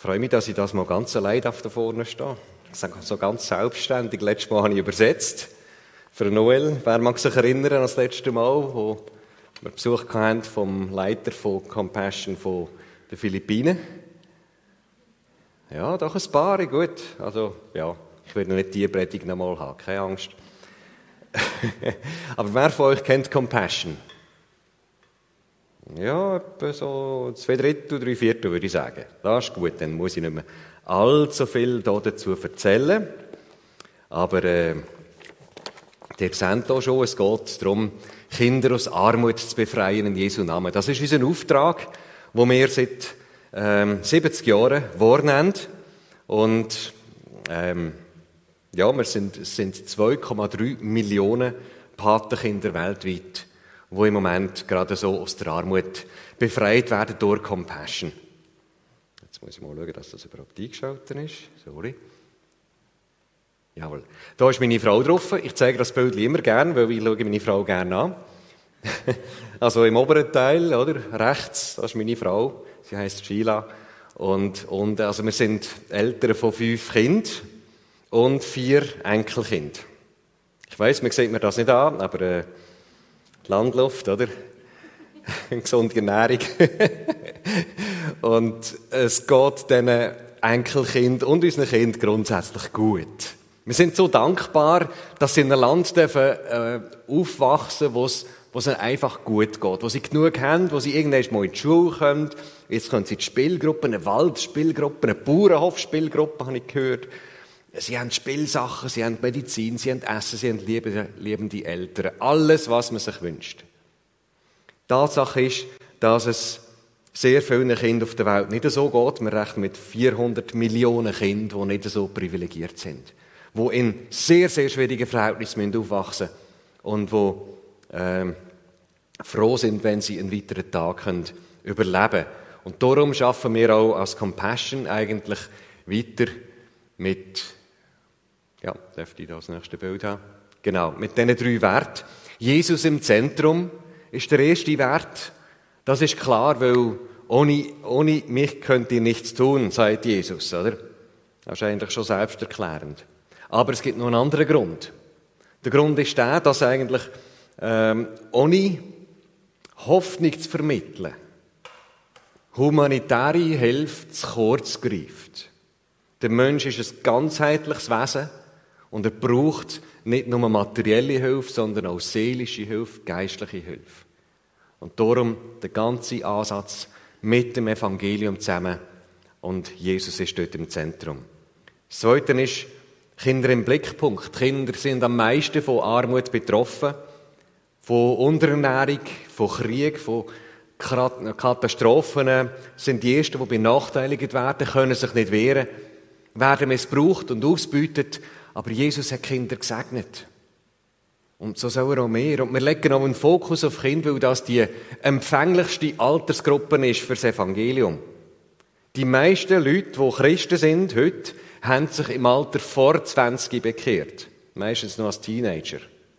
freue mich, dass ich das mal ganz allein da vorne stehe. Ich sage so ganz selbstständig. Letztes Mal habe ich übersetzt für Noel. Wer mag sich erinnern an das letzte Mal, wo wir Besuch hatten vom Leiter von Compassion von den Philippinen? Ja, doch ein paar, gut. Also, ja, ich werde nicht die Predigt noch mal haben, keine Angst. Aber wer von euch kennt Compassion? Ja, etwa so 2/3, 3/4 würde ich sagen. Das ist gut, dann muss ich nicht mehr allzu viel dazu erzählen. Aber ihr seht hier schon, es geht darum, Kinder aus Armut zu befreien in Jesu Namen. Das ist unser Auftrag, den wir seit 70 Jahren wahrnehmen. Und ja, es sind 2,3 Millionen Patenkinder weltweit, die im Moment gerade so aus der Armut befreit werden durch Compassion. Jetzt muss ich mal schauen, dass das überhaupt eingeschaltet ist. Sorry. Jawohl. Da ist meine Frau drauf. Ich zeige das Bild immer gerne, weil ich schaue meine Frau gerne an. Also im oberen Teil, oder? Rechts, das ist meine Frau. Sie heisst Sheila. Und also wir sind Eltern von 5 Kindern und 4 Enkelkinder. Ich weiss, man sieht mir das nicht an, aber Landluft, oder? Gesunde Ernährung. Und es geht diesen Enkelkindern und unseren Kindern grundsätzlich gut. Wir sind so dankbar, dass sie in einem Land aufwachsen dürfen, wo es ihnen einfach gut geht, wo sie genug haben, wo sie irgendwann mal in die Schule kommen. Jetzt können sie in die Spielgruppe, eine Waldspielgruppe, eine Bauernhofspielgruppe, habe ich gehört. Sie haben Spielsachen, sie haben Medizin, sie haben Essen, sie haben liebende Eltern. Alles, was man sich wünscht. Die Tatsache ist, dass es sehr vielen Kindern auf der Welt nicht so geht. Wir rechnen mit 400 Millionen Kindern, die nicht so privilegiert sind. Die in sehr, sehr schwierigen Verhältnissen aufwachsen müssen und die froh sind, wenn sie einen weiteren Tag überleben können. Und darum schaffen wir auch als Compassion eigentlich weiter mit, ja, dürfte ich das nächste Bild haben? Genau, mit diesen 3 Werten. Jesus im Zentrum ist der erste Wert. Das ist klar, weil ohne mich könnt ihr nichts tun, sagt Jesus, oder? Das ist eigentlich schon selbsterklärend. Aber es gibt noch einen anderen Grund. Der Grund ist der, dass eigentlich ohne Hoffnung zu vermitteln, humanitäre Hilfe zu kurz greift. Der Mensch ist ein ganzheitliches Wesen und er braucht nicht nur materielle Hilfe, sondern auch seelische Hilfe, geistliche Hilfe. Und darum der ganze Ansatz mit dem Evangelium zusammen und Jesus ist dort im Zentrum. Das Zweite ist, Kinder im Blickpunkt. Die Kinder sind am meisten von Armut betroffen, von Unterernährung, von Krieg, von Katastrophen. Sind die Ersten, die benachteiligt werden, können sich nicht wehren, werden missbraucht und ausbeutet. Aber Jesus hat Kinder gesegnet. Und so soll er auch mehr. Und wir legen auch einen Fokus auf Kinder, weil das die empfänglichste Altersgruppe ist für das Evangelium. Die meisten Leute, die Christen sind heute, haben sich im Alter vor 20 bekehrt. Meistens noch als Teenager.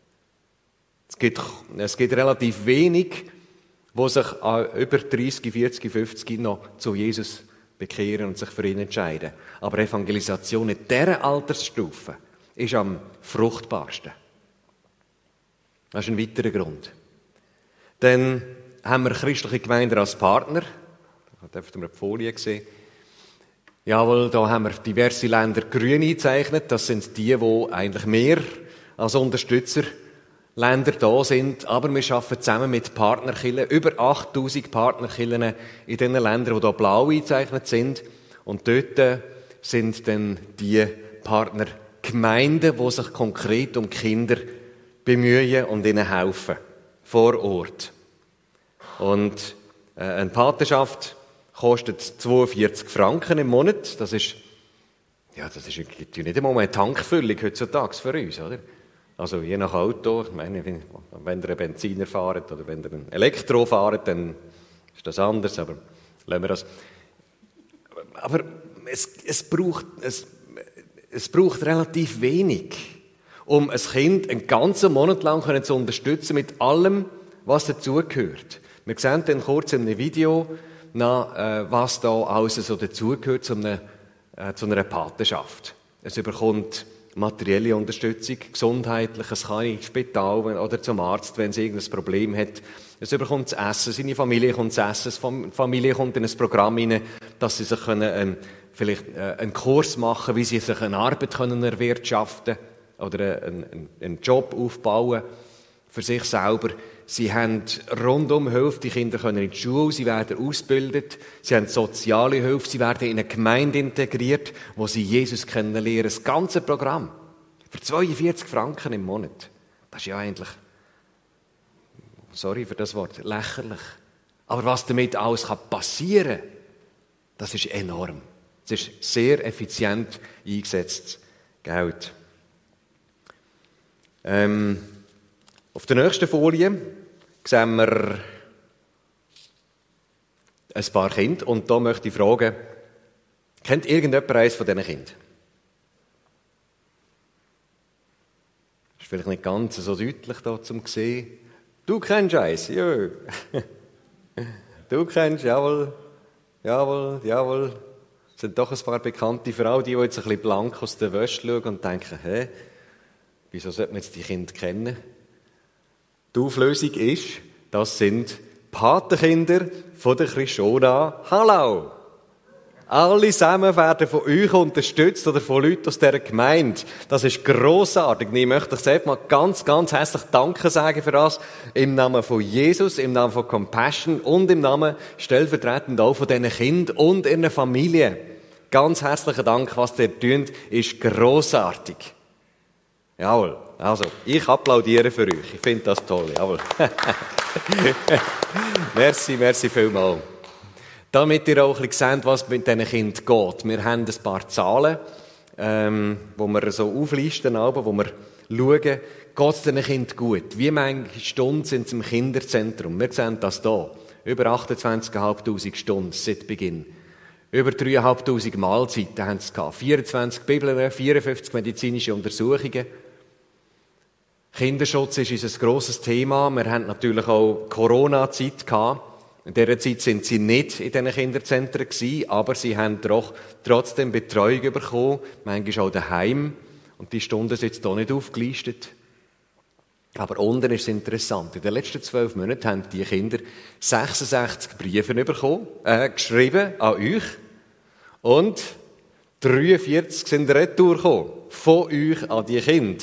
Es gibt relativ wenig, die sich über 30, 40, 50 noch zu Jesus bekehren und sich für ihn entscheiden. Aber Evangelisation in dieser Altersstufe ist am fruchtbarsten. Das ist ein weiterer Grund. Dann haben wir christliche Gemeinden als Partner. Da dürften wir die Folie sehen. Jawohl, da haben wir diverse Länder grün eingezeichnet. Das sind die eigentlich mehr als Unterstützerländer da sind. Aber wir arbeiten zusammen mit Partnerkirchen, über 8000 Partnerkirchen in den Ländern, die da blau eingezeichnet sind. Und dort sind dann die Partnergemeinden, die sich konkret um Kinder bemühen und ihnen helfen. Vor Ort. Und eine Patenschaft kostet 42 Franken im Monat. Das ist nicht einmal eine Tankfüllung heutzutage für uns, oder? Also je nach Auto, ich meine, wenn ihr einen Benziner fahrt oder wenn ihr einen Elektro fahrt, dann ist das anders, aber lassen wir das. Aber es braucht relativ wenig, um ein Kind einen ganzen Monat lang zu unterstützen mit allem, was dazugehört. Wir sehen dann kurz in einem Video, was da alles so dazugehört zu einer Patenschaft. Es bekommt materielle Unterstützung, gesundheitlich, es kann ins Spital oder zum Arzt, wenn es irgendein Problem hat. Es bekommt das Essen, seine Familie kommt das Essen, die Familie kommt in ein Programm hinein, dass sie sich vielleicht einen Kurs machen, wie sie sich eine Arbeit erwirtschaften können oder einen Job aufbauen für sich selber. Sie haben rundum Hilfe, die Kinder können in die Schule, sie werden ausgebildet, sie haben soziale Hilfe, sie werden in eine Gemeinde integriert, wo sie Jesus kennenlernen. Das ganze Programm. Für 42 Franken im Monat. Das ist ja eigentlich, sorry für das Wort, lächerlich. Aber was damit alles passieren kann, das ist enorm. Es ist sehr effizient eingesetztes Geld. Auf der nächsten Folie sehen wir ein paar Kinder. Und da möchte ich fragen, kennt irgendjemand eines von diesen Kindern? Ist vielleicht nicht ganz so deutlich da zum sehen. Du kennst eins, ja. Du kennst, jawohl. Es sind doch ein paar bekannte Frauen, die jetzt ein bisschen blank aus der Wäsche schauen und denken, wieso sollte man jetzt die Kinder kennen? Die Auflösung ist, das sind Patenkinder von der Christiona Hallau. Alle zusammen werden von euch unterstützt oder von Leuten aus dieser Gemeinde. Das ist grossartig. Ich möchte euch selbst mal ganz, ganz herzlich Danke sagen für das. Im Namen von Jesus, im Namen von Compassion und im Namen stellvertretend auch von diesen Kindern und ihren Familien. Ganz herzlichen Dank, was ihr tut, ist grossartig. Jawohl. Also, ich applaudiere für euch. Ich finde das toll. Jawohl. Merci vielmals. Damit ihr auch ein bisschen seht, was mit diesen Kindern geht. Wir haben ein paar Zahlen, wo wir so auflisten, wo wir schauen, geht es diesen Kindern gut? Wie viele Stunden sind sie im Kinderzentrum? Wir sehen das hier. Über 28'500 Stunden seit Beginn. Über 3'500 Mahlzeiten haben sie gehabt. 24 Bibeln, 54 medizinische Untersuchungen. Kinderschutz ist ein grosses Thema. Wir haben natürlich auch Corona-Zeit gehabt. In dieser Zeit sind sie nicht in diesen Kinderzentren gewesen, aber sie haben doch trotzdem Betreuung bekommen, manchmal auch daheim. Und die Stunden sind jetzt hier nicht aufgelistet. Aber unten ist es interessant. In den letzten 12 Monaten haben die Kinder 66 Briefe bekommen, geschrieben an euch. Und 43 sind retour gekommen, von euch an die Kinder.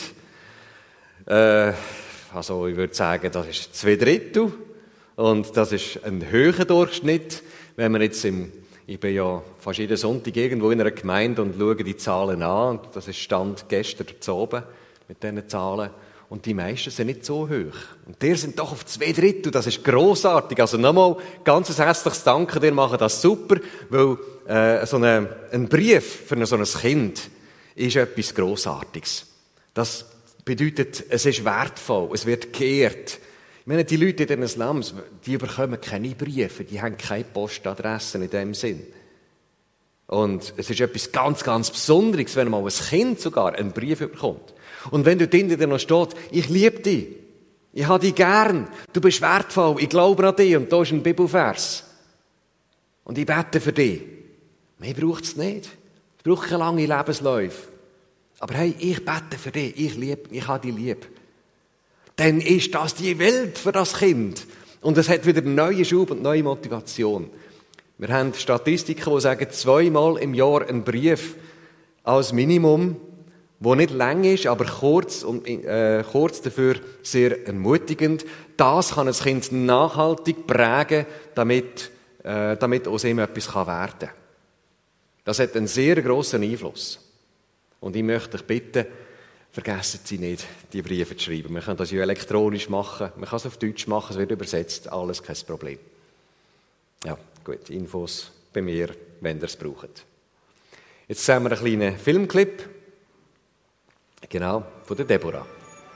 Also ich würde sagen, das ist 2/3. Und das ist ein höherer Durchschnitt. Wenn man jetzt ich bin ja fast jeden Sonntag irgendwo in einer Gemeinde und schaue die Zahlen an. Und das ist Stand gestern zu oben mit diesen Zahlen. Und die meisten sind nicht so hoch. Und die sind doch auf 2/3. Das ist grossartig. Also nochmal ganz herzliches Danke. Ihr macht das super, weil ein Brief für so ein Kind ist etwas Grossartiges. Das bedeutet, es ist wertvoll, es wird geehrt. Ich meine, die Leute in diesen Slums, die bekommen keine Briefe, die haben keine Postadressen in dem Sinn. Und es ist etwas ganz, ganz Besonderes, wenn mal ein Kind sogar einen Brief bekommt. Und wenn dort hinten noch steht, ich liebe dich, ich habe dich gern, du bist wertvoll, ich glaube an dich, und da ist ein Bibelvers. Und ich bete für dich. Mehr braucht es nicht. Es braucht keine lange Lebensläufe. Aber hey, ich bete für dich, ich habe dich lieb. Dann ist das die Welt für das Kind. Und es hat wieder einen neuen Schub und neue Motivation. Wir haben Statistiken, die sagen, 2-mal im Jahr ein Brief als Minimum, der nicht lang ist, aber kurz dafür sehr ermutigend. Das kann ein Kind nachhaltig prägen, damit aus ihm etwas werden kann. Das hat einen sehr grossen Einfluss. Und ich möchte euch bitten, vergessen Sie nicht, die Briefe zu schreiben. Wir können das ja elektronisch machen, man kann es auf Deutsch machen, es wird übersetzt, alles kein Problem. Ja, gut, Infos bei mir, wenn ihr es braucht. Jetzt sehen wir einen kleinen Filmclip, genau, von der Deborah.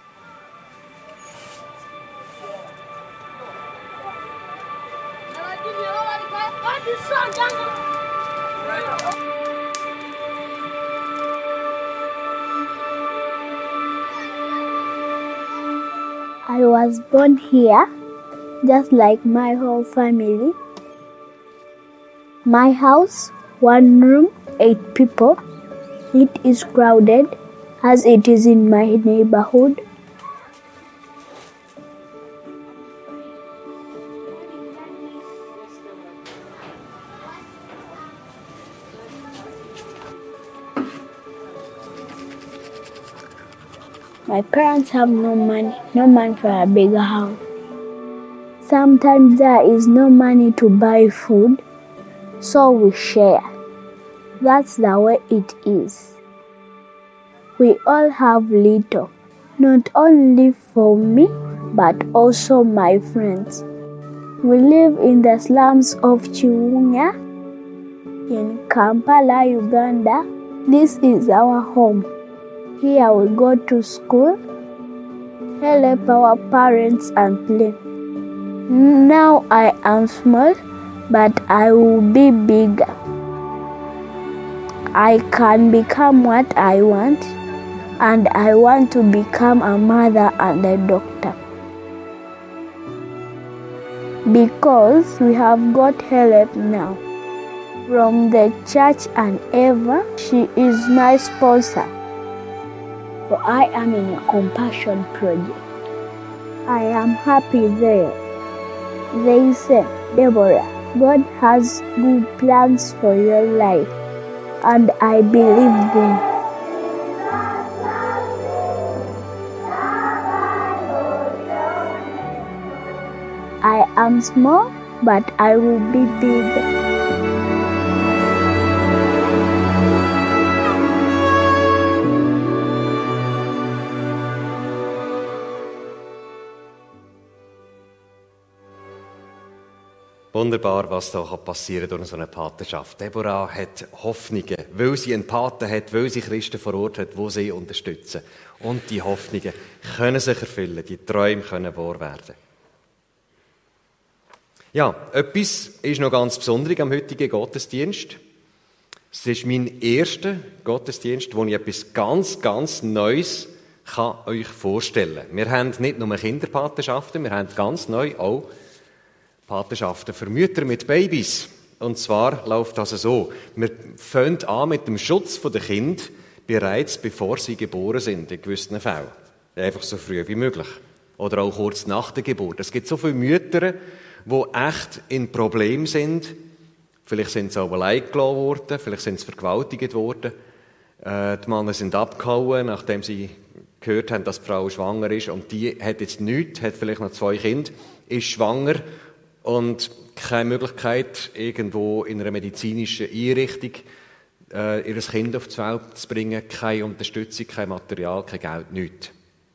I was born here, just like my whole family. My house, 1 room, 8 people. It is crowded as it is in my neighborhood. My parents have no money for a bigger house. Sometimes there is no money to buy food, so we share. That's the way it is. We all have little, not only for me, but also my friends. We live in the slums of Chiunya in Kampala, Uganda. This is our home. Here we go to school, help our parents and play. Now I am small, but I will be bigger. I can become what I want, and I want to become a mother and a doctor. Because we have got help now from the church, and Eva, she is my sponsor. For I am in a compassion project. I am happy there. They say, Deborah, God has good plans for your life, and I believe them. I am small, but I will be big. Wunderbar, was da passieren durch so eine Patenschaft. Deborah hat Hoffnungen, weil sie einen Paten hat, weil sie Christen vor Ort hat, die sie unterstützen. Und die Hoffnungen können sich erfüllen, die Träume können wahr werden. Ja, etwas ist noch ganz Besonderes am heutigen Gottesdienst. Es ist mein erster Gottesdienst, wo ich etwas ganz, ganz Neues euch vorstellen kann. Wir haben nicht nur Kinderpatenschaften, wir haben ganz neu auch Patenschaften für Mütter mit Babys. Und zwar läuft das so. Wir fangen an mit dem Schutz der Kinder bereits bevor sie geboren sind, in gewissen Fällen. Einfach so früh wie möglich. Oder auch kurz nach der Geburt. Es gibt so viele Mütter, die echt in Problemen sind. Vielleicht sind sie auch allein gelassen worden, vielleicht sind sie vergewaltigt worden. Die Männer sind abgehauen, nachdem sie gehört haben, dass die Frau schwanger ist. Und die hat jetzt nichts, hat vielleicht noch 2 Kinder, ist schwanger und keine Möglichkeit, irgendwo in einer medizinischen Einrichtung ihr Kind auf die Welt zu bringen. Keine Unterstützung, kein Material, kein Geld, nichts.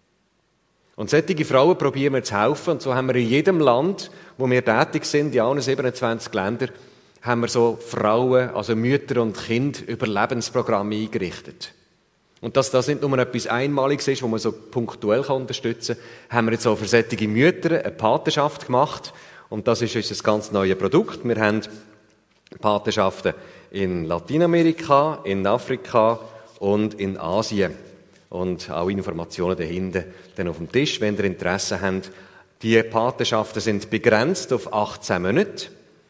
Und solche Frauen probieren wir zu helfen. Und so haben wir in jedem Land, wo wir tätig sind, in allen 27 Ländern, haben wir so Frauen, also Mütter und Kinder, Überlebensprogramme eingerichtet. Und dass das nicht nur etwas Einmaliges ist, wo man so punktuell unterstützen kann, haben wir jetzt auch für solche Mütter eine Patenschaft gemacht. Und das ist unser ganz neues Produkt. Wir haben Patenschaften in Lateinamerika, in Afrika und in Asien. Und auch Informationen dahinter dann auf dem Tisch, wenn ihr Interesse habt. Die Patenschaften sind begrenzt auf 18 Monate.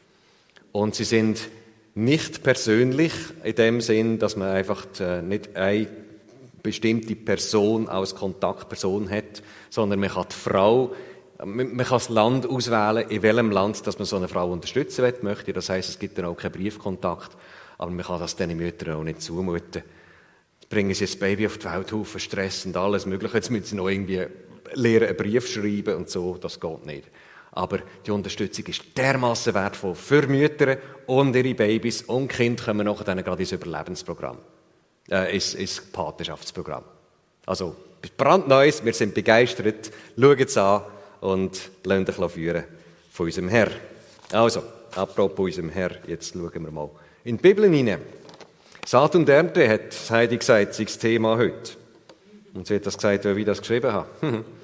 Und sie sind nicht persönlich in dem Sinn, dass man einfach nicht eine bestimmte Person als Kontaktperson hat, sondern man kann die Frau, man kann das Land auswählen, in welchem Land dass man so eine Frau unterstützen möchte. Das heisst, es gibt dann auch keinen Briefkontakt, aber man kann das diesen Müttern auch nicht zumuten. Bringen sie ein Baby auf die Welt, Haufen Stress und alles Mögliche. Jetzt müssen sie noch irgendwie lernen, einen Brief schreiben und so. Das geht nicht. Aber die Unterstützung ist dermassen wertvoll für Mütter und ihre Babys und Kinder kommen nachher dann gerade ins Überlebensprogramm, ins Patenschaftsprogramm. Also, brandneues, wir sind begeistert, schauen es an und lasst euch führen von unserem Herr. Also, apropos unserem Herr, jetzt schauen wir mal in die Bibel hinein. Saat und Ernte hat Heidi gesagt, sei das Thema heute. Und sie hat das gesagt, weil ich das geschrieben habe.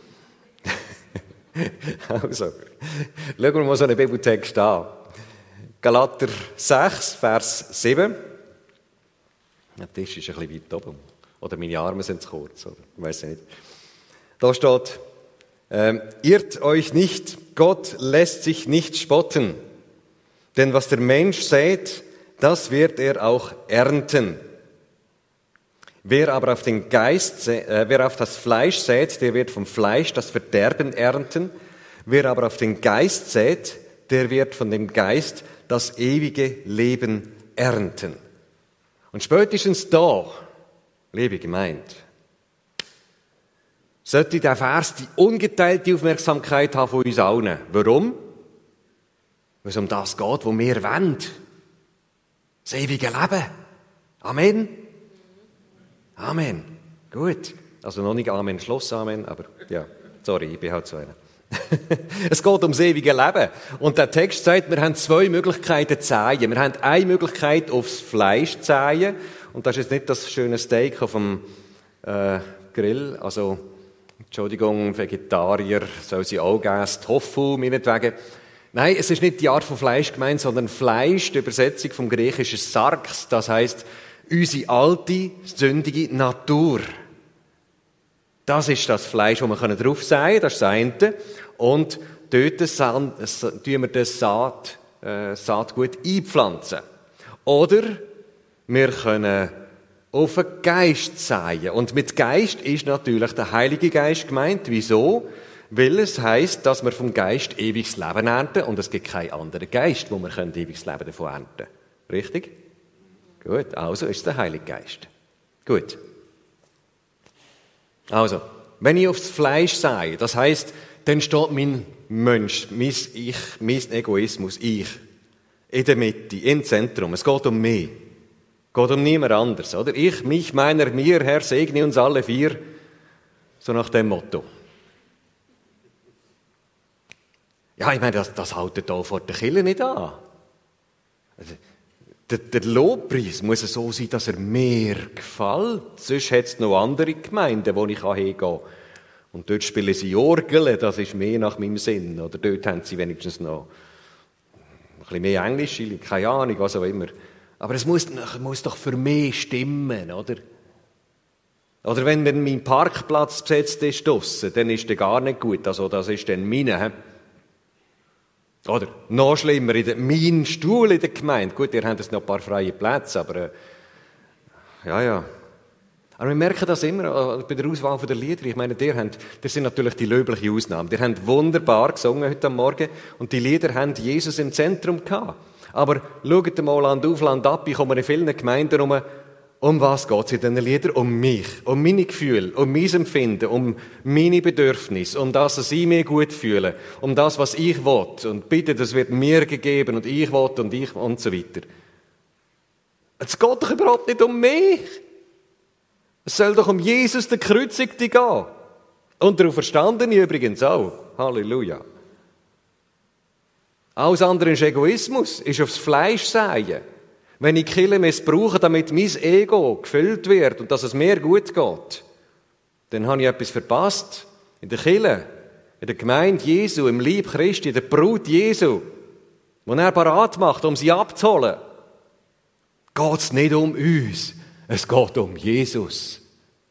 Also, schauen wir mal so einen Bibeltext an. Galater 6, Vers 7. Der Tisch ist ein bisschen weit oben. Oder meine Arme sind zu kurz. Oder? Ich weiss nicht. Da steht, irrt euch nicht, Gott lässt sich nicht spotten. Denn was der Mensch sät, das wird er auch ernten. Wer aber auf das Fleisch sät, der wird vom Fleisch das Verderben ernten. Wer aber auf den Geist sät, der wird von dem Geist das ewige Leben ernten. Und spätestens da, liebe Gemeinde, sollte der Vers die ungeteilte Aufmerksamkeit haben von uns allen. Warum? Weil es um das geht, was wir wollen. Das ewige Leben. Amen. Amen. Gut. Also noch nicht Amen, Schluss Amen, aber ja, sorry, ich bin halt so einer. Es geht ums ewige Leben. Und der Text sagt, wir haben zwei Möglichkeiten zu säen. Wir haben eine Möglichkeit, aufs Fleisch zu säen. Und das ist jetzt nicht das schöne Steak auf dem Grill. Also, Entschuldigung, Vegetarier soll sie auch geben, Tofu, meinetwegen. Nein, es ist nicht die Art von Fleisch gemeint, sondern Fleisch, die Übersetzung vom griechischen Sarx. Das heisst, unsere alte, sündige Natur. Das ist das Fleisch, das wir drauf säen können, das ist das eine. Und dort tun wir das Saatgut einpflanzen. Oder wir können auf den Geist säen. Und mit Geist ist natürlich der Heilige Geist gemeint. Wieso? Weil es heisst, dass wir vom Geist ewiges Leben ernten und es gibt keinen anderen Geist, wo wir ewiges Leben davon ernten. Richtig? Gut, also ist es der Heilige Geist. Gut. Also, wenn ich aufs Fleisch sähe, das heisst, dann steht mein Mensch, mein Ich, mein Egoismus, ich, in der Mitte, im Zentrum. Es geht um mich. Es geht um niemand anderes, oder? Ich, mich, meiner, mir, Herr, segne uns alle vier. So nach dem Motto. Ja, ich meine, das hält da vor der Kirche nicht an. Also, der Lobpreis muss so sein, dass er mir gefällt. Sonst hat es noch andere Gemeinden, wo ich hingehen kann. Und dort spielen sie Orgeln, das ist mehr nach meinem Sinn. Oder dort haben sie wenigstens noch ein bisschen mehr Englisch, keine Ahnung, was auch immer. Aber es muss doch für mich stimmen, oder? Oder wenn mein Parkplatz besetzt ist draussen, dann ist der gar nicht gut. Also das ist dann meine. Oder noch schlimmer, mein Stuhl in der Gemeinde. Gut, ihr habt jetzt noch ein paar freie Plätze, aber ja. Aber wir merken das immer bei der Auswahl der Lieder. Ich meine, das sind natürlich die löblichen Ausnahmen. Die haben wunderbar gesungen heute Morgen und die Lieder haben Jesus im Zentrum gehabt. Aber schaut mal Land auf, Land ab, ich komme in vielen Gemeinden rum. Um was geht es in diesen Liedern? Um mich, um meine Gefühle, um mein Empfinden, um meine Bedürfnisse, um das, dass ich mich gut fühle, um das, was ich will. Und bitte, das wird mir gegeben und ich will und ich und so weiter. Es geht doch überhaupt nicht um mich. Es soll doch um Jesus, den Kreuzigten, gehen. Und der Auferstandene übrigens auch. Halleluja. Alles andere ist Egoismus, ist aufs Fleisch säen. Wenn ich Kirche missbrauche, damit mein Ego gefüllt wird und dass es mir gut geht, dann habe ich etwas verpasst. In der Kirche, in der Gemeinde Jesu, im Leib Christi, in der Brut Jesu, wo er parat macht, um sie abzuholen, geht es nicht um uns, es geht um Jesus.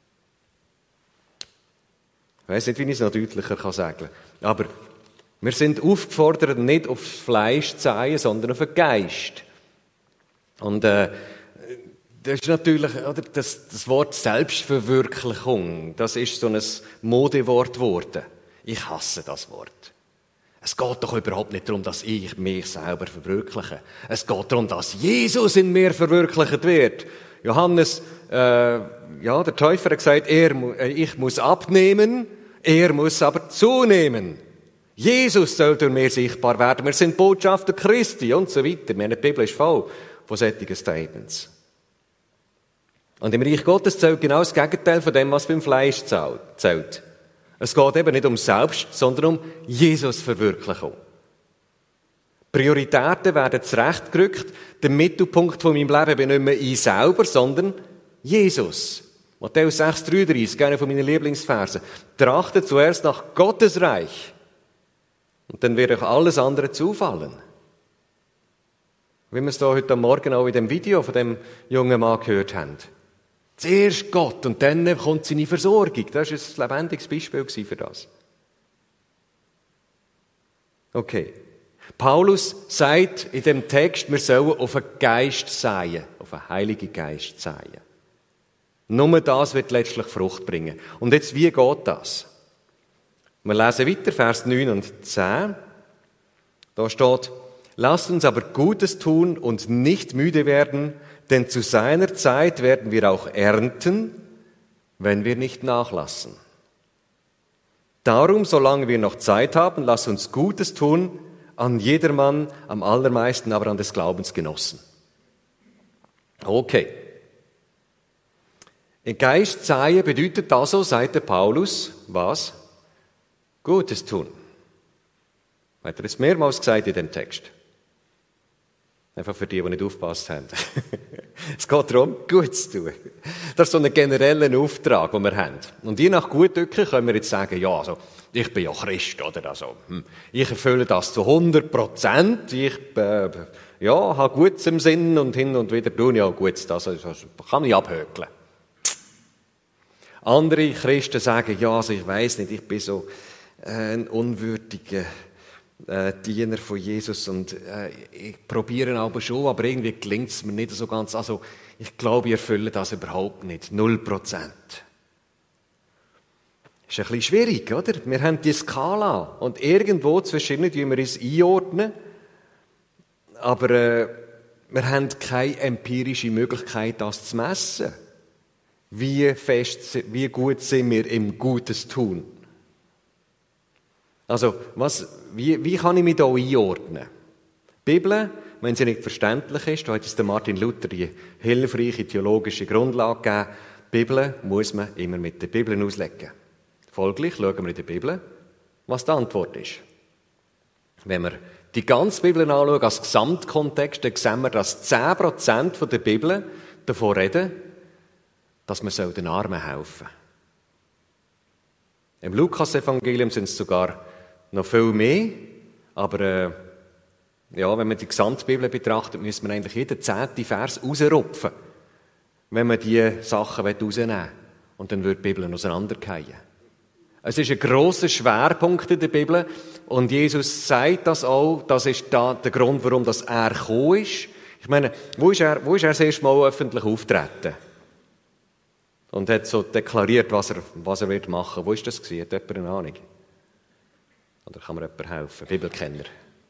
Ich weiss nicht, wie ich es noch deutlicher sagen kann, aber wir sind aufgefordert, nicht aufs Fleisch zu säen, sondern auf den Geist. Und das ist natürlich, oder, das Wort Selbstverwirklichung, das ist so ein Modewort geworden. Ich hasse das Wort. Es geht doch überhaupt nicht darum, dass ich mich selber verwirkliche. Es geht darum, dass Jesus in mir verwirklicht wird. Johannes, der Täufer hat gesagt, ich muss abnehmen, er muss aber zunehmen. Jesus soll durch mir sichtbar werden. Wir sind Botschafter Christi und so weiter. Die Bibel ist voll von solchen Statements. Und im Reich Gottes zählt genau das Gegenteil von dem, was beim Fleisch zählt. Es geht eben nicht um Selbst, sondern um Jesus-Verwirklichung. Prioritäten werden zurechtgerückt. Der Mittelpunkt von meinem Leben bin nicht mehr ich selber, sondern Jesus. Matthäus 6,33, einer von meinen Lieblingsversen. Trachtet zuerst nach Gottes Reich. Und dann wird euch alles andere zufallen. Wie wir es da heute Morgen auch in dem Video von dem jungen Mann gehört haben. Zuerst Gott und dann kommt seine Versorgung. Das war ein lebendiges Beispiel für das. Okay. Paulus sagt in dem Text, wir sollen auf einen Geist säen, auf einen Heiligen Geist säen. Nur das wird letztlich Frucht bringen. Und jetzt, wie geht das? Wir lesen weiter, Vers 9 und 10. Da steht, lasst uns aber Gutes tun und nicht müde werden, denn zu seiner Zeit werden wir auch ernten, wenn wir nicht nachlassen. Darum, solange wir noch Zeit haben, lasst uns Gutes tun, an jedermann, am allermeisten aber an des Glaubensgenossen. Okay. Ein Geist säen bedeutet also, sagt der Paulus, was? Gutes tun. Hat er es mehrmals gesagt in dem Text. Einfach für die nicht aufgepasst haben. Es geht darum, Gutes zu tun. Das ist so ein genereller Auftrag, den wir haben. Und je nach Gutdünken können wir jetzt sagen, ja, also, ich bin ja Christ, oder? Also, ich erfülle das zu 100%. Ich, habe Gutes im Sinn und hin und wieder tue ich auch Gutes. Das kann ich abhökeln. Andere Christen sagen, ja, also ich weiss nicht, ich bin so ein unwürdiger Diener von Jesus und ich probiere aber schon, aber irgendwie gelingt es mir nicht so ganz. Also ich glaube, ich erfülle das überhaupt nicht. 0%. Ist ein bisschen schwierig, oder? Wir haben die Skala und irgendwo zwischen ihnen wir uns einordnen, aber wir haben keine empirische Möglichkeit, das zu messen. Wie gut sind wir im Gutes tun? Also, wie kann ich mich da einordnen? Die Bibel, wenn sie nicht verständlich ist, da hat uns der Martin Luther die hilfreiche theologische Grundlage gegeben. Die Bibel muss man immer mit der Bibel auslegen. Folglich schauen wir in der Bibel, was die Antwort ist. Wenn wir die ganze Bibel anschauen, als Gesamtkontext, dann sehen wir, dass 10% der Bibel davon reden, dass man den Armen helfen soll. Im Lukas-Evangelium sind es sogar noch viel mehr, aber wenn man die Gesamtbibel betrachtet, müsste man eigentlich jeden 10. Vers rausrupfen, wenn man diese Sachen rausnehmen will. Und dann würde die Bibel auseinanderfallen. Es ist ein grosser Schwerpunkt in der Bibel und Jesus sagt das auch, das ist da der Grund, warum er gekommen ist. Ich meine, wo ist er das erste Mal öffentlich auftreten? Und hat so deklariert, was er wird machen. Wo ist das gewesen? Hat jemand eine Ahnung? Oder kann mir jemand helfen? Bibelkenner.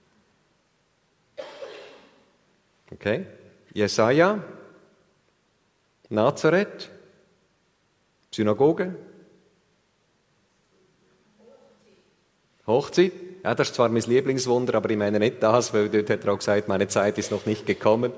Okay. Jesaja. Nazareth. Synagoge. Hochzeit. Ja, das ist zwar mein Lieblingswunder, aber ich meine nicht das, weil dort hat er auch gesagt, meine Zeit ist noch nicht gekommen.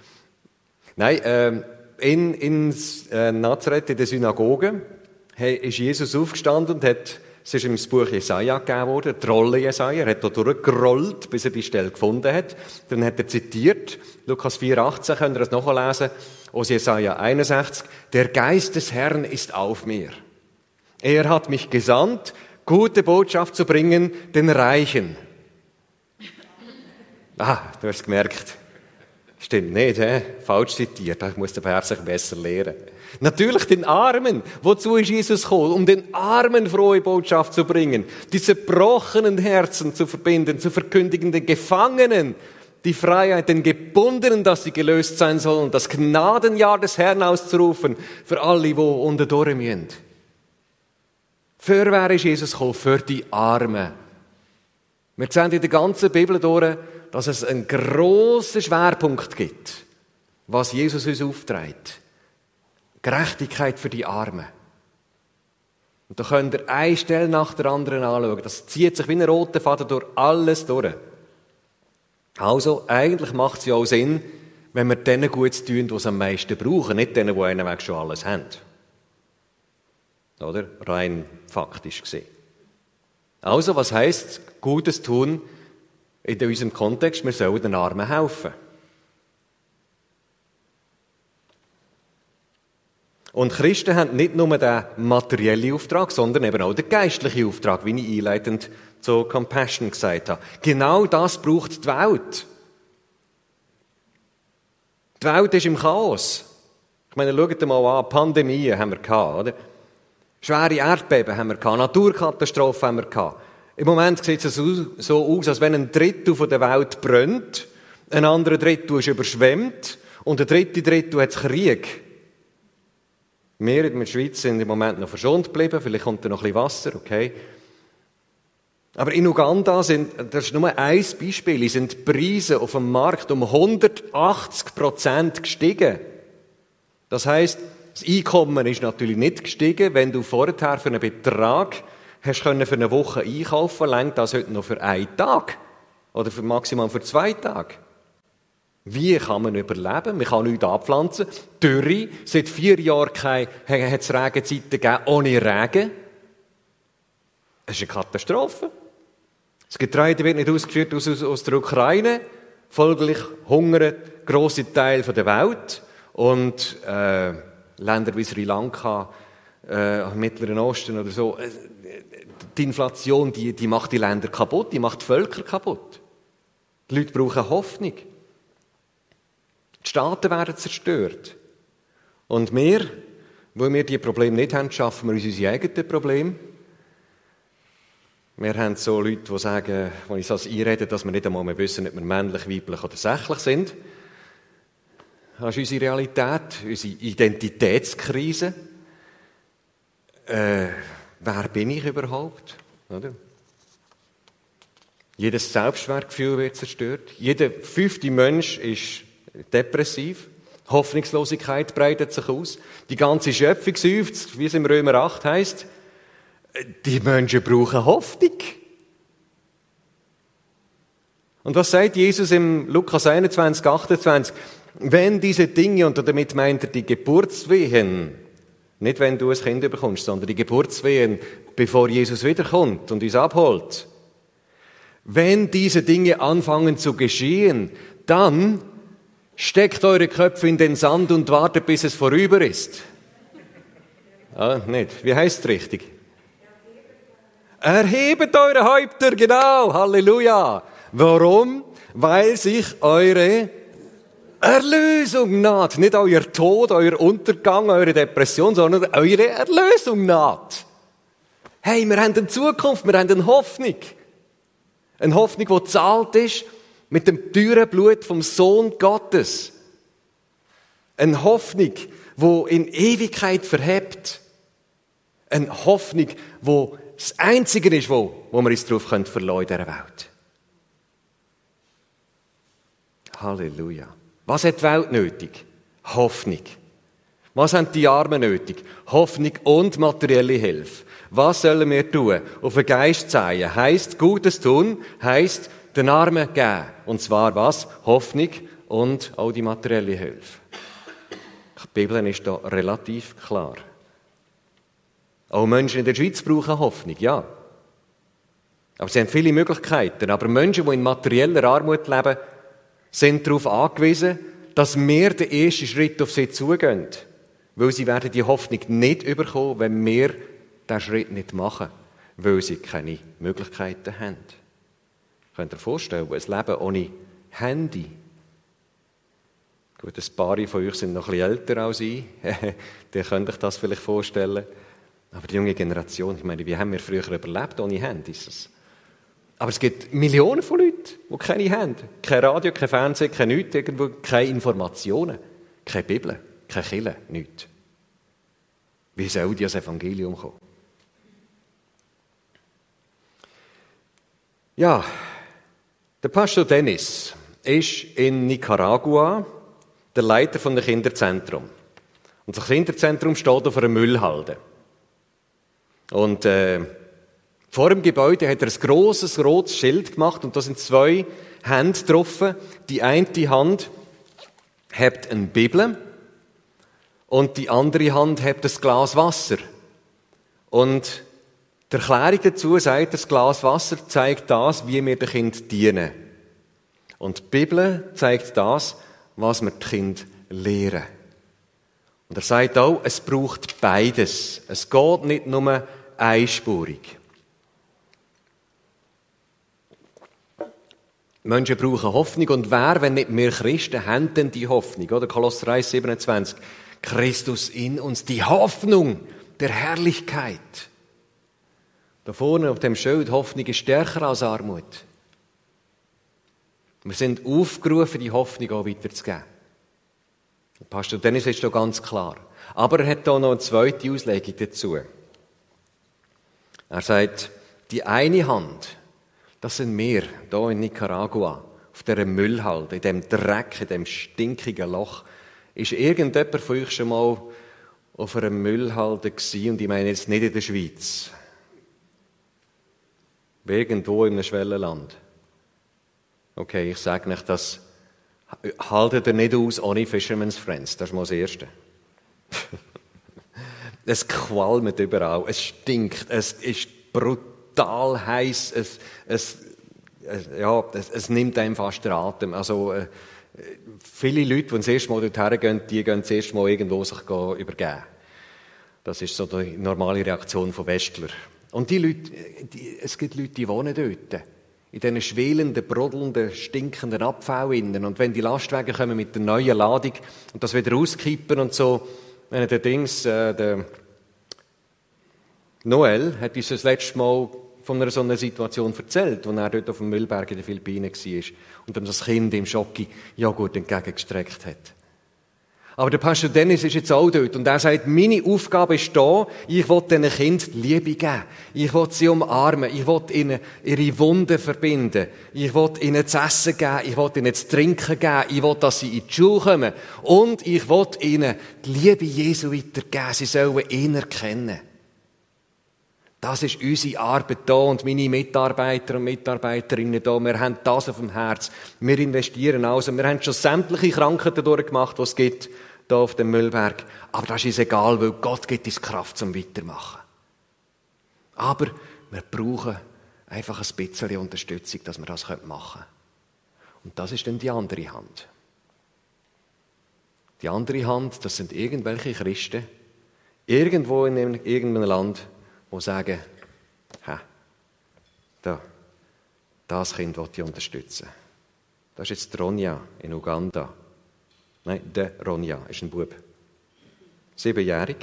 Nein, in Nazareth, in der Synagoge, ist Jesus aufgestanden und es ist ihm das Buch Jesaja gegeben worden, die Rolle Jesaja. Er hat da durchgerollt, bis er die Stelle gefunden hat. Dann hat er zitiert, Lukas 4,18, könnt ihr das nachlesen, aus Jesaja 61, der Geist des Herrn ist auf mir. Er hat mich gesandt, gute Botschaft zu bringen den Reichen. Du hast gemerkt. Stimmt nicht, falsch zitiert. Ich muss der Vers besser lehren. Natürlich den Armen. Wozu ist Jesus gekommen? Um den Armen frohe Botschaft zu bringen. Die zerbrochenen Herzen zu verbinden, zu verkündigen den Gefangenen die Freiheit, den Gebundenen, dass sie gelöst sein sollen, das Gnadenjahr des Herrn auszurufen für alle, die unterdurch müssen. Für wer ist Jesus gekommen? Für die Armen. Wir sehen in der ganzen Bibel durch, dass es einen grossen Schwerpunkt gibt, was Jesus uns aufträgt. Gerechtigkeit für die Armen. Und da könnt ihr eine Stelle nach der anderen anschauen. Das zieht sich wie ein roter Faden durch alles durch. Also, eigentlich macht es ja auch Sinn, wenn wir denen Gutes tun, die es am meisten brauchen, nicht denen, die einen Weg schon alles haben. Oder? Rein faktisch gesehen. Also, was heisst Gutes tun in unserem Kontext? Wir sollen den Armen helfen. Und Christen haben nicht nur den materiellen Auftrag, sondern eben auch den geistlichen Auftrag, wie ich einleitend zu Compassion gesagt habe. Genau das braucht die Welt. Die Welt ist im Chaos. Ich meine, schaut mal an, Pandemien haben wir gehabt, oder? Schwere Erdbeben haben wir gehabt, Naturkatastrophen haben wir gehabt. Im Moment sieht es so aus, als wenn ein Drittel der Welt brennt, ein anderer Drittel ist überschwemmt und ein Drittel hat Krieg. Wir in der Schweiz sind im Moment noch verschont geblieben, vielleicht kommt da noch ein bisschen Wasser, okay. Aber in Uganda das ist nur ein Beispiel, sind die Preise auf dem Markt um 180% gestiegen. Das heisst, das Einkommen ist natürlich nicht gestiegen, wenn du vorher für einen Betrag hast können für eine Woche einkaufen, reicht das heute noch für einen Tag oder für maximal für 2 Tage. Wie kann man überleben? Man kann nichts anpflanzen. Dürre, seit 4 Jahren hat es Regenzeiten gegeben ohne Regen. Es ist eine Katastrophe. Das Getreide wird nicht ausgeführt aus der Ukraine. Folglich hungern grosse Teile der Welt. Und Länder wie Sri Lanka, im Mittleren Osten oder so, die Inflation, die macht die Länder kaputt, die macht die Völker kaputt. Die Leute brauchen Hoffnung. Die Staaten werden zerstört. Und wir, wo wir diese Probleme nicht haben, schaffen wir uns unsere eigenen Probleme. Wir haben so Leute, die sagen, wenn ich das einrede, dass wir nicht einmal mehr wissen, ob wir männlich, weiblich oder sächlich sind. Das ist unsere Realität, unsere Identitätskrise. Wer bin ich überhaupt? Oder? Jedes Selbstwertgefühl wird zerstört. Jeder 5. Mensch ist depressiv. Hoffnungslosigkeit breitet sich aus. Die ganze Schöpfung seufzt, wie es im Römer 8 heisst. Die Menschen brauchen Hoffnung. Und was sagt Jesus im Lukas 21, 28? Wenn diese Dinge, und damit meint er die Geburtswehen, nicht wenn du ein Kind bekommst, sondern die Geburtswehen, bevor Jesus wiederkommt und uns abholt. Wenn diese Dinge anfangen zu geschehen, dann steckt eure Köpfe in den Sand und wartet, bis es vorüber ist. Ah, nicht. Wie heißt es richtig? Erhebet eure Häupter, genau, Halleluja. Warum? Weil sich eure Erlösung naht. Nicht euer Tod, euer Untergang, eure Depression, sondern eure Erlösung naht. Hey, wir haben eine Zukunft, wir haben eine Hoffnung. Eine Hoffnung, die gezahlt ist mit dem teuren Blut vom Sohn Gottes. Eine Hoffnung, die in Ewigkeit verhebt. Eine Hoffnung, die das Einzige ist, wo wir uns darauf verlassen können in dieser Welt. Halleluja. Was hat die Welt nötig? Hoffnung. Was haben die Armen nötig? Hoffnung und materielle Hilfe. Was sollen wir tun? Auf den Geist zählen. Heisst Gutes tun, heisst den Armen geben. Und zwar was? Hoffnung und auch die materielle Hilfe. Die Bibel ist da relativ klar. Auch Menschen in der Schweiz brauchen Hoffnung, ja. Aber sie haben viele Möglichkeiten. Aber Menschen, die in materieller Armut leben, sind darauf angewiesen, dass wir den ersten Schritt auf sie zugehen. Weil sie werden die Hoffnung nicht bekommen, wenn wir diesen Schritt nicht machen. Weil sie keine Möglichkeiten haben. Könnt ihr euch vorstellen, ein Leben ohne Handy? Gut, ein paar von euch sind noch ein bisschen älter als ich. Die könnt euch das vielleicht vorstellen. Aber die junge Generation, ich meine, wie haben wir früher überlebt ohne Handys? Aber es gibt Millionen von Leuten, die keine haben. Kein Radio, kein Fernsehen, kein nichts, irgendwo, keine Informationen, keine Bibel, keine Kirche, nichts. Wie soll das Evangelium kommen? Ja, der Pastor Dennis ist in Nicaragua der Leiter von dem Kinderzentrum. Und das Kinderzentrum steht auf einer Müllhalde. Und vor dem Gebäude hat er ein grosses rotes Schild gemacht und da sind 2 Hände drauf. Die eine Hand hebt eine Bibel und die andere Hand hebt ein Glas Wasser. Und die Erklärung dazu sagt, das Glas Wasser zeigt das, wie wir dem Kind dienen. Und die Bibel zeigt das, was wir dem Kind lehren. Und er sagt auch, es braucht beides. Es geht nicht nur einspurig. Menschen brauchen Hoffnung und wer, wenn nicht wir Christen, haben denn die Hoffnung? Oder Kolosser 3, 27. Christus in uns, die Hoffnung der Herrlichkeit. Da vorne auf dem Schild, Hoffnung ist stärker als Armut. Wir sind aufgerufen, die Hoffnung auch weiterzugeben. Der Pastor Dennis ist da ganz klar. Aber er hat da noch eine zweite Auslegung dazu. Er sagt, die eine Hand, das sind wir, hier in Nicaragua, auf dieser Müllhalde, in diesem Dreck, in diesem stinkigen Loch. Ist irgendjemand von euch schon mal auf einer Müllhalde gewesen? Und ich meine jetzt nicht in der Schweiz. Irgendwo in einem Schwellenland. Okay, ich sage nicht, das haltet ihr nicht aus ohne Fisherman's Friends. Das ist mal das Erste. Es qualmt überall, es stinkt, es ist brutal heiß, es nimmt einem fast den Atem. Also, viele Leute, die das erste Mal dorthin gehen, die gehen das erste Mal irgendwo sich übergeben. Das ist so die normale Reaktion von Westlern. Und die Leute, es gibt Leute, die wohnen dort. In diesen schwelenden, brodelnden, stinkenden Abfällinnen. Und wenn die Lastwagen kommen mit der neuen Ladung und das wieder auskippen und so, wenn der der Noel hat uns das letzte Mal von einer so einer Situation erzählt, als er dort auf dem Müllberg in den Philippinen war und dann das Kind im Schocki Joghurt entgegengestreckt hat. Aber der Pastor Dennis ist jetzt auch dort und er sagt, meine Aufgabe ist da, ich will diesen Kindern Liebe geben. Ich will sie umarmen. Ich will ihnen ihre Wunden verbinden. Ich will ihnen zu essen geben. Ich will ihnen zu trinken geben. Ich will, dass sie in die Schule kommen. Und ich will ihnen die Liebe Jesu weitergeben. Sie sollen ihn erkennen. Das ist unsere Arbeit da und meine Mitarbeiter und Mitarbeiterinnen da. Wir haben das auf dem Herz. Wir investieren also. Wir haben schon sämtliche Krankheiten durchgemacht, die es gibt, hier auf dem Müllberg. Aber das ist uns egal, weil Gott gibt uns Kraft zum Weitermachen. Aber wir brauchen einfach ein bisschen Unterstützung, dass wir das machen können. Und das ist dann die andere Hand. Die andere Hand, das sind irgendwelche Christen, irgendwo in irgendeinem Land, die sagen, das Kind will ich unterstützen. Das ist jetzt Ronja in Uganda. Nein, der Ronja ist ein Bub. 7-jährig.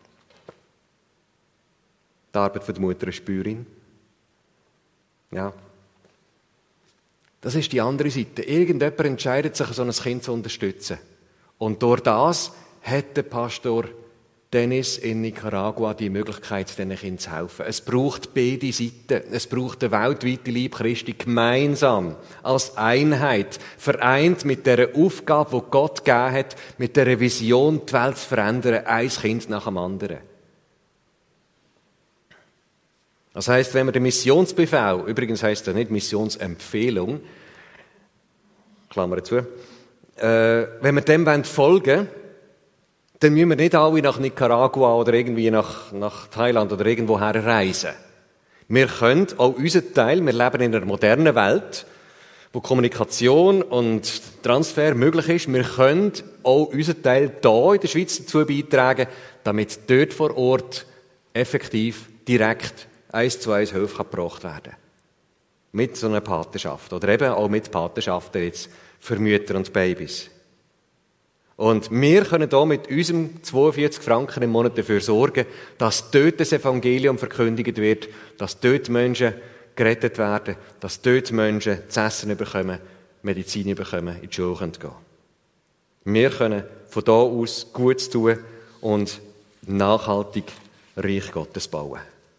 Die Arbeit von der Mutter ist Bäuerin. Ja. Das ist die andere Seite. Irgendjemand entscheidet sich, so ein Kind zu unterstützen. Und durch das hat der Pastor Dennis in Nicaragua die Möglichkeit, diesen Kindern zu helfen. Es braucht beide Seiten. Es braucht eine weltweite Liebe Christi gemeinsam, als Einheit, vereint mit der Aufgabe, die Gott gegeben hat, mit der Vision, die Welt zu verändern, ein Kind nach dem anderen. Das heisst, wenn wir den Missionsbefehl, übrigens heisst das nicht Missionsempfehlung, Klammer zu, wenn wir dem folgen wollen, dann müssen wir nicht alle nach Nicaragua oder irgendwie nach Thailand oder irgendwo reisen. Wir können auch unseren Teil, wir leben in einer modernen Welt, wo Kommunikation und Transfer möglich ist, wir können auch unseren Teil hier in der Schweiz dazu beitragen, damit dort vor Ort effektiv, direkt 1:1 Hilfe gebracht werden kann. Mit so einer Patenschaft oder eben auch mit Patenschaften jetzt für Mütter und Babys. Und wir können hier mit unserem 42 Franken im Monat dafür sorgen, dass dort das Evangelium verkündigt wird, dass dort Menschen gerettet werden, dass dort Menschen zu essen bekommen, Medizin bekommen, in die Schule gehen können. Wir können von da aus Gutes tun und nachhaltig Reich Gottes bauen.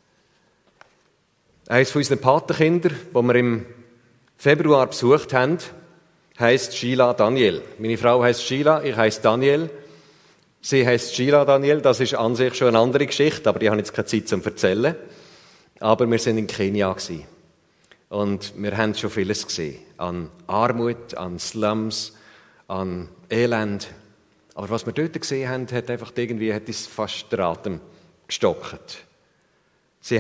Eines von unseren Patenkindern, das wir im Februar besucht haben, heisst Sheila Daniel. Meine Frau heisst Sheila, ich heisse Daniel. Sie heisst Sheila Daniel, das ist an sich schon eine andere Geschichte, aber die habe jetzt keine Zeit zum Erzählen. Aber wir sind in Kenia gewesen. Und wir haben schon vieles gesehen. An Armut, an Slums, an Elend. Aber was wir dort gesehen haben, hat uns fast den Atem gestockt. Sie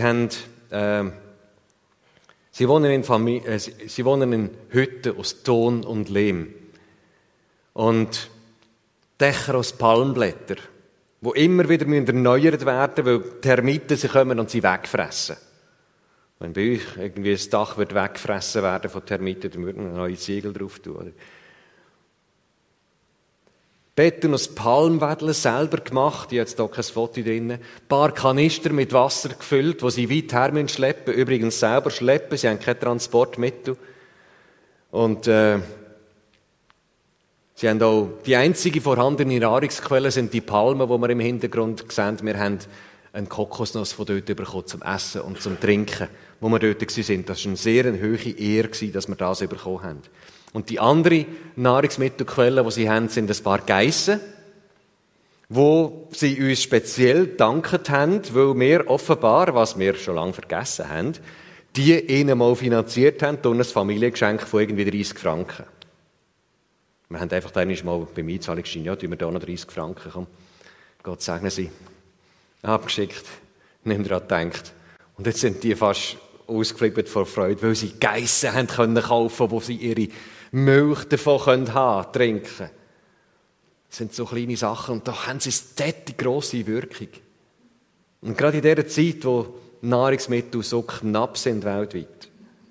wohnen in Hütten aus Ton und Lehm. Und Dächer aus Palmblättern, die immer wieder erneuert werden, weil die Termiten sie kommen und sie wegfressen. Wenn bei euch irgendwie ein Dach wird weggefressen werden von Termiten, dann würde man neue Ziegel drauf tun. Oder? Betten aus Palmwedeln selber gemacht, ich habe jetzt hier kein Foto drin. Ein paar Kanister mit Wasser gefüllt, die sie weit her schleppen müssen. Übrigens selber schleppen, sie haben kein Transportmittel. Und sie haben auch die einzige vorhandene Nahrungsquelle sind die Palmen, die wir im Hintergrund sehen. Wir haben eine Kokosnuss von dort bekommen zum Essen und zum Trinken, wo wir dort waren. Das war eine sehr hohe Ehre, dass wir das bekommen haben. Und die andere Nahrungsmittelquelle, die sie haben, sind ein paar Geissen, wo sie uns speziell gedankt haben, weil wir offenbar, was wir schon lange vergessen haben, die ihnen mal finanziert haben durch ein Familiengeschenk von irgendwie 30 Franken. Wir haben einfach dann mal beim Einzahlungsschein, ja, tun wir da noch 30 Franken, komm, Gott segne sie. Abgeschickt, nicht daran gedacht. Und jetzt sind die fast ausgeflippt vor Freude, weil sie Geissen haben können kaufen, wo sie ihre Milch davon haben, trinken. Das sind so kleine Sachen und da haben sie eine grosse Wirkung. Und gerade in dieser Zeit, wo Nahrungsmittel so knapp sind weltweit.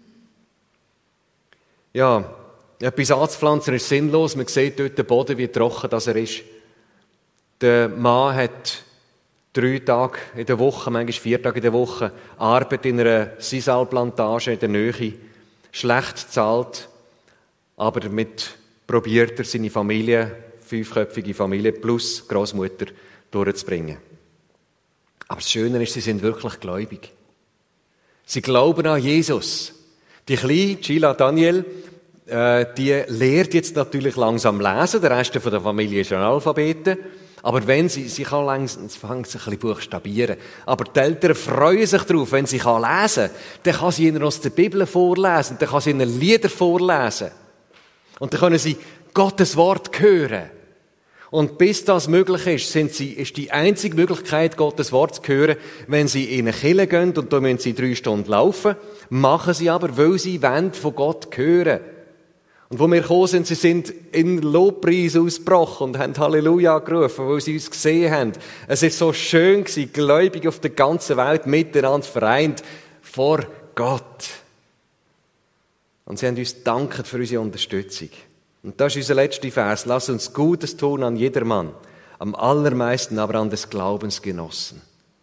Ja, etwas anzupflanzen ist sinnlos. Man sieht dort den Boden, wie trocken das er ist. Der Mann hat 3 Tage in der Woche, manchmal 4 Tage in der Woche, Arbeit in einer Sisalplantage in der Nähe, schlecht bezahlt, aber damit probiert er seine Familie, 5-köpfige Familie plus Großmutter durchzubringen. Aber das Schöne ist, sie sind wirklich gläubig. Sie glauben an Jesus. Die kleine Sheila Daniel, die lehrt jetzt natürlich langsam lesen, der Rest der Familie ist Analphabeten. Aber wenn sie kann langsam, fängt sie ein bisschen buchstabieren. Aber die Eltern freuen sich darauf, wenn sie lesen kann, dann kann sie ihnen aus der Bibel vorlesen, dann kann sie ihnen Lieder vorlesen. Und dann können sie Gottes Wort hören. Und bis das möglich ist, ist die einzige Möglichkeit, Gottes Wort zu hören, wenn sie in eine Kirche gehen, und da müssen sie 3 Stunden laufen, machen sie aber, weil sie von Gott hören. Und wo wir gekommen sind, sie sind in Lobpreis ausgebrochen und haben Halleluja gerufen, weil sie uns gesehen haben. Es ist so schön gewesen, Gläubige auf der ganzen Welt miteinander vereint vor Gott. Und sie haben uns gedankt für unsere Unterstützung. Und das ist unser letzter Vers. Lass uns Gutes tun an jedermann, am allermeisten aber an des Glaubensgenossen.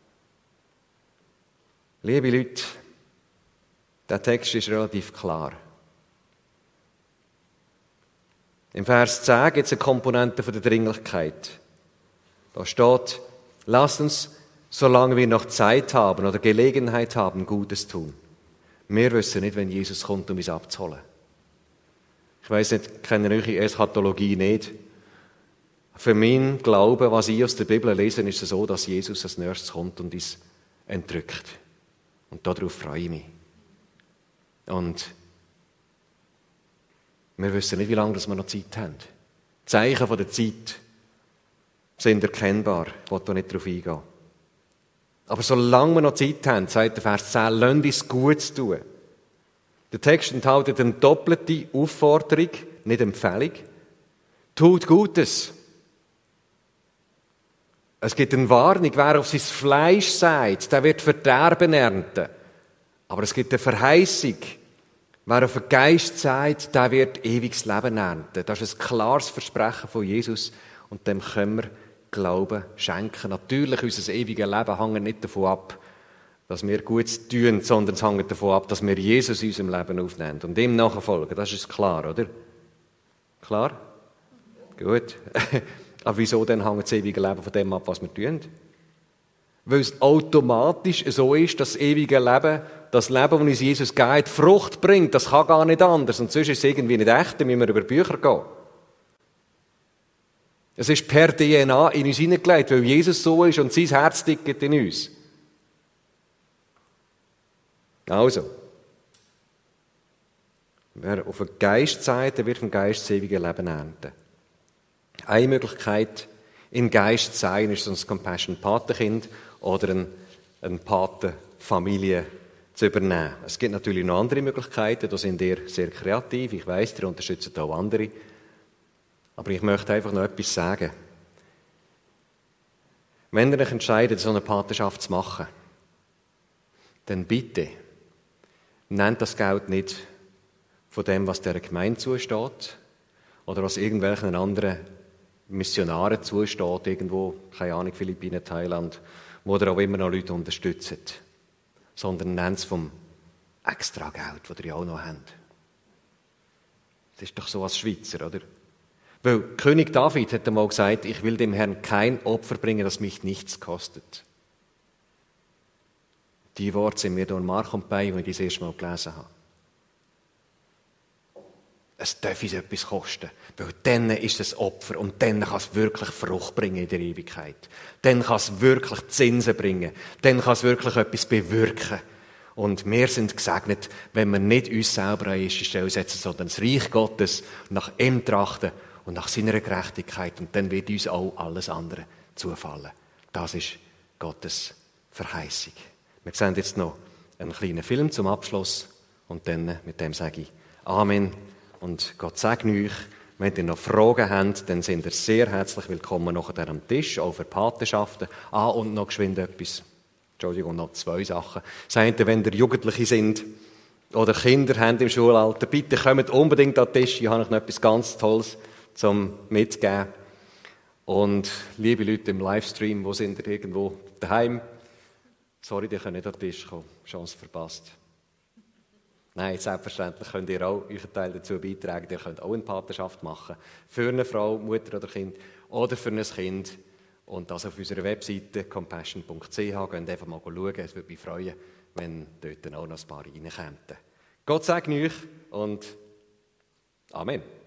Liebe Leute, der Text ist relativ klar. Im Vers 10 gibt es eine Komponente von der Dringlichkeit. Da steht, lasst uns, solange wir noch Zeit haben oder Gelegenheit haben, Gutes tun. Wir wissen nicht, wenn Jesus kommt, um uns abzuholen. Ich weiss nicht, ich kenne eure Eschatologie nicht. Für meinen Glauben, was ich aus der Bibel lese, ist es so, dass Jesus als nächstes kommt und uns entrückt. Und darauf freue ich mich. Und wir wissen nicht, wie lange wir noch Zeit haben. Die Zeichen von der Zeit sind erkennbar. Ich will da nicht darauf eingehen. Aber solange wir noch Zeit haben, sagt der Vers 10, lasst uns Gutes tun. Der Text enthält eine doppelte Aufforderung, nicht Empfehlung. Tut Gutes. Es gibt eine Warnung, wer auf sein Fleisch sagt, der wird Verderben ernten. Aber es gibt eine Verheißung. Wer auf den Geist sagt, der wird ewiges Leben ernten. Das ist ein klares Versprechen von Jesus und dem können wir Glauben schenken. Natürlich, unser ewiges Leben hängt nicht davon ab, dass wir Gutes tun, sondern es hängt davon ab, dass wir Jesus in unserem Leben aufnehmen und ihm nachfolgen. Das ist klar, oder? Klar? Gut. Aber wieso dann hängt das ewige Leben von dem ab, was wir tun? Weil es automatisch so ist, dass das ewige Leben, das Leben, das uns Jesus gibt, Frucht bringt. Das kann gar nicht anders. Und sonst ist es irgendwie nicht echt, dann müssen wir über Bücher gehen. Es ist per DNA in uns hineingelegt, weil Jesus so ist und sein Herz tickt in uns. Also, wer auf den Geist sagt, der wird vom Geist das ewige Leben ernten. Eine Möglichkeit, im Geist zu sein, ist so ein Compassion-Patenkind oder eine Patenfamilie zu übernehmen. Es gibt natürlich noch andere Möglichkeiten, da sind ihr sehr kreativ, ich weiss, ihr unterstützt auch andere. Aber ich möchte einfach noch etwas sagen. Wenn ihr euch entscheidet, so eine Patenschaft zu machen, dann bitte, nehmt das Geld nicht von dem, was der Gemeinde zusteht oder was irgendwelchen anderen Missionaren zusteht, irgendwo, keine Ahnung, Philippinen, Thailand, wo ihr auch immer noch Leute unterstützt. Sondern nehmt es vom extra Geld, das ihr ja auch noch habt. Das ist doch so als Schweizer, oder? Weil König David hat einmal gesagt, ich will dem Herrn kein Opfer bringen, das mich nichts kostet. Die Worte sind mir durch Mark und Bein, als ich das erste Mal gelesen habe. Es darf uns etwas kosten, weil dann ist es Opfer und dann kann es wirklich Frucht bringen in der Ewigkeit. Dann kann es wirklich Zinsen bringen. Dann kann es wirklich etwas bewirken. Und wir sind gesegnet, wenn wir nicht uns selber an erste Stelle setzen, sondern das Reich Gottes nach ihm trachten und nach seiner Gerechtigkeit. Und dann wird uns auch alles andere zufallen. Das ist Gottes Verheißung. Wir sehen jetzt noch einen kleinen Film zum Abschluss und dann mit dem sage ich Amen und Gott segne euch. Wenn ihr noch Fragen habt, dann sind ihr sehr herzlich willkommen nachher am Tisch, auch für Patenschaften. Und noch geschwind etwas. Entschuldigung, noch 2 Sachen. Das eine, wenn ihr Jugendliche sind oder Kinder habt im Schulalter, bitte kommt unbedingt an den Tisch. Ich habe euch noch etwas ganz Tolles zum Mitgeben. Und liebe Leute im Livestream, wo sind ihr irgendwo daheim? Sorry, ihr könnt nicht an den Tisch kommen. Chance verpasst. Nein, selbstverständlich könnt ihr auch euren Teil dazu beitragen. Ihr könnt auch eine Patenschaft machen. Für eine Frau, Mutter oder Kind oder für ein Kind. Und das auf unserer Webseite compassion.ch. Geht einfach mal schauen. Es würde mich freuen, wenn dort auch noch ein paar reinkommen. Gott segne euch und Amen.